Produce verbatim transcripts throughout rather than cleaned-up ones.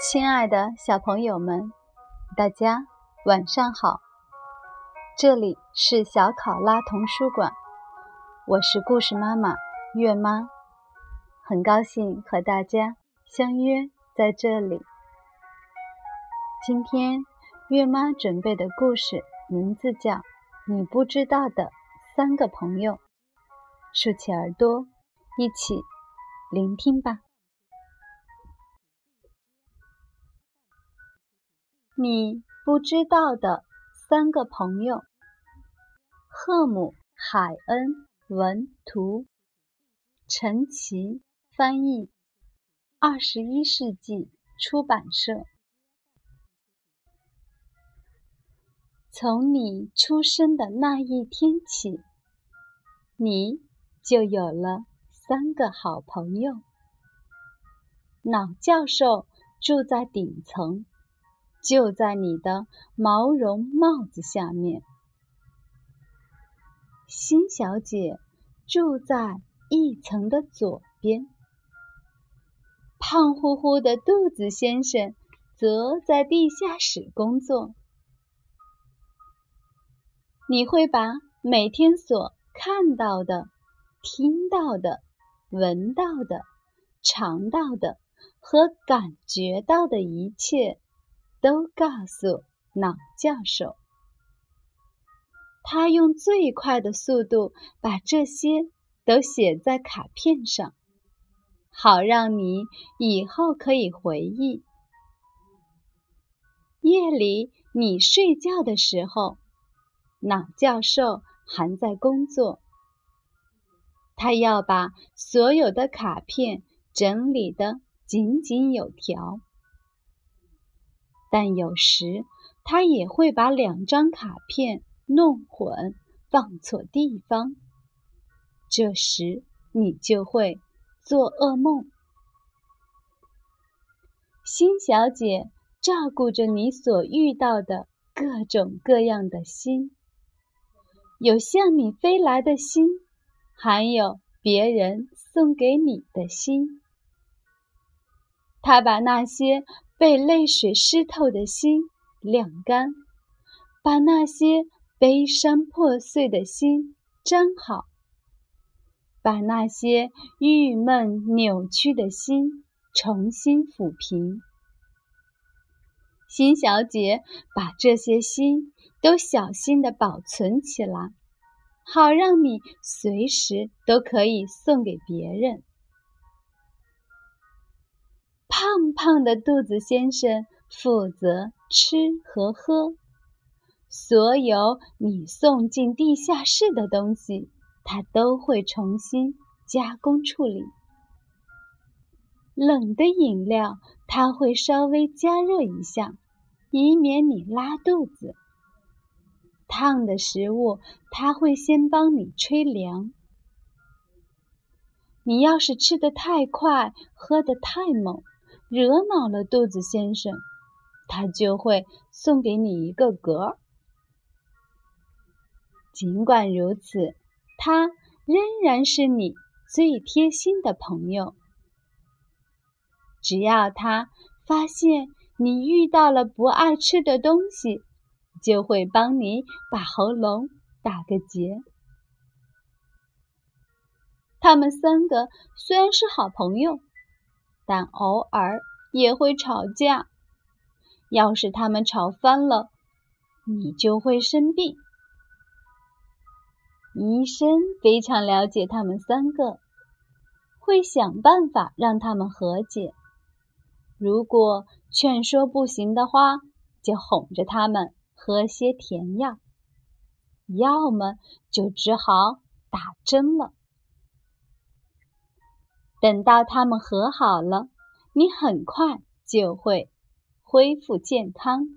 亲爱的小朋友们，大家晚上好！这里是小考拉童书馆，我是故事妈妈月妈，很高兴和大家相约在这里。今天月妈准备的故事名字叫《你不知道的三个朋友》，竖起耳朵，一起聆听吧。你不知道的三个朋友，赫姆·海恩文图，陈奇翻译，二十一世纪出版社。从你出生的那一天起，你就有了三个好朋友。老教授住在顶层，就在你的毛绒帽子下面。辛小姐住在一层的左边，胖乎乎的肚子先生则在地下室工作。你会把每天所看到的、听到的、闻到的、尝到的和感觉到的一切都告诉老教授。他用最快的速度把这些都写在卡片上，好让你以后可以回忆。夜里你睡觉的时候，老教授还在工作。他要把所有的卡片整理得井井有条。但有时他也会把两张卡片弄混，放错地方。这时你就会做噩梦。辛小姐照顾着你所遇到的各种各样的星，有向你飞来的星，还有别人送给你的星。她把那些被泪水湿透的心晾干，把那些悲伤破碎的心粘好，把那些郁闷扭曲的心重新抚平。辛小姐把这些心都小心地保存起来，好让你随时都可以送给别人。胖胖的肚子先生负责吃和喝，所有你送进地下室的东西，他都会重新加工处理。冷的饮料他会稍微加热一下，以免你拉肚子。烫的食物他会先帮你吹凉。你要是吃得太快，喝得太猛，惹恼了肚子先生，他就会送给你一个嗝。尽管如此，他仍然是你最贴心的朋友。只要他发现你遇到了不爱吃的东西，就会帮你把喉咙打个结。他们三个虽然是好朋友，但偶尔也会吵架。要是他们吵翻了，你就会生病。医生非常了解他们三个，会想办法让他们和解。如果劝说不行的话，就哄着他们喝些甜药，要么就只好打针了。等到他们和好了，你很快就会恢复健康。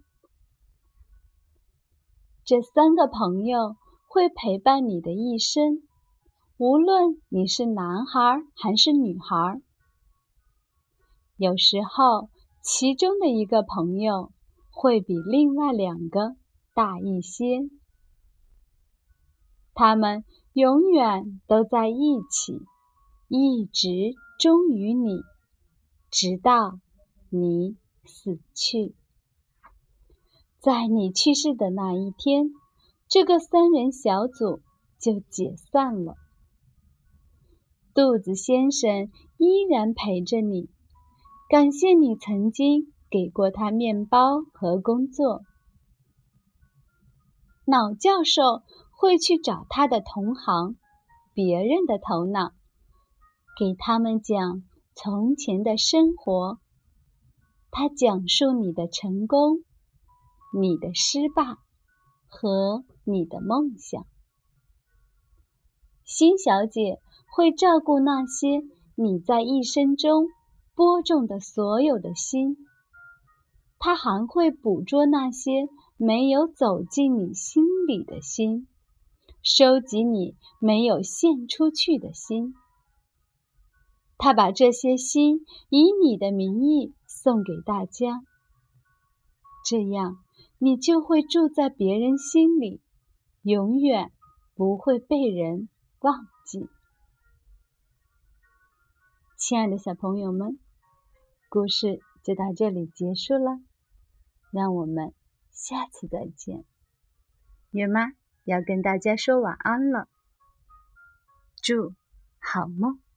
这三个朋友会陪伴你的一生，无论你是男孩还是女孩。有时候，其中的一个朋友会比另外两个大一些。他们永远都在一起，一直忠于你，直到你死去。在你去世的那一天，这个三人小组就解散了。肚子先生依然陪着你，感谢你曾经给过他面包和工作。脑教授会去找他的同行，别人的头脑，给他们讲从前的生活。他讲述你的成功，你的失败和你的梦想。辛小姐会照顾那些你在一生中播种的所有的心，她还会捕捉那些没有走进你心里的心，收集你没有献出去的心。她把这些心以你的名义送给大家，这样你就会住在别人心里，永远不会被人忘记。亲爱的小朋友们，故事就到这里结束了，让我们下次再见。月妈要跟大家说晚安了，祝好梦。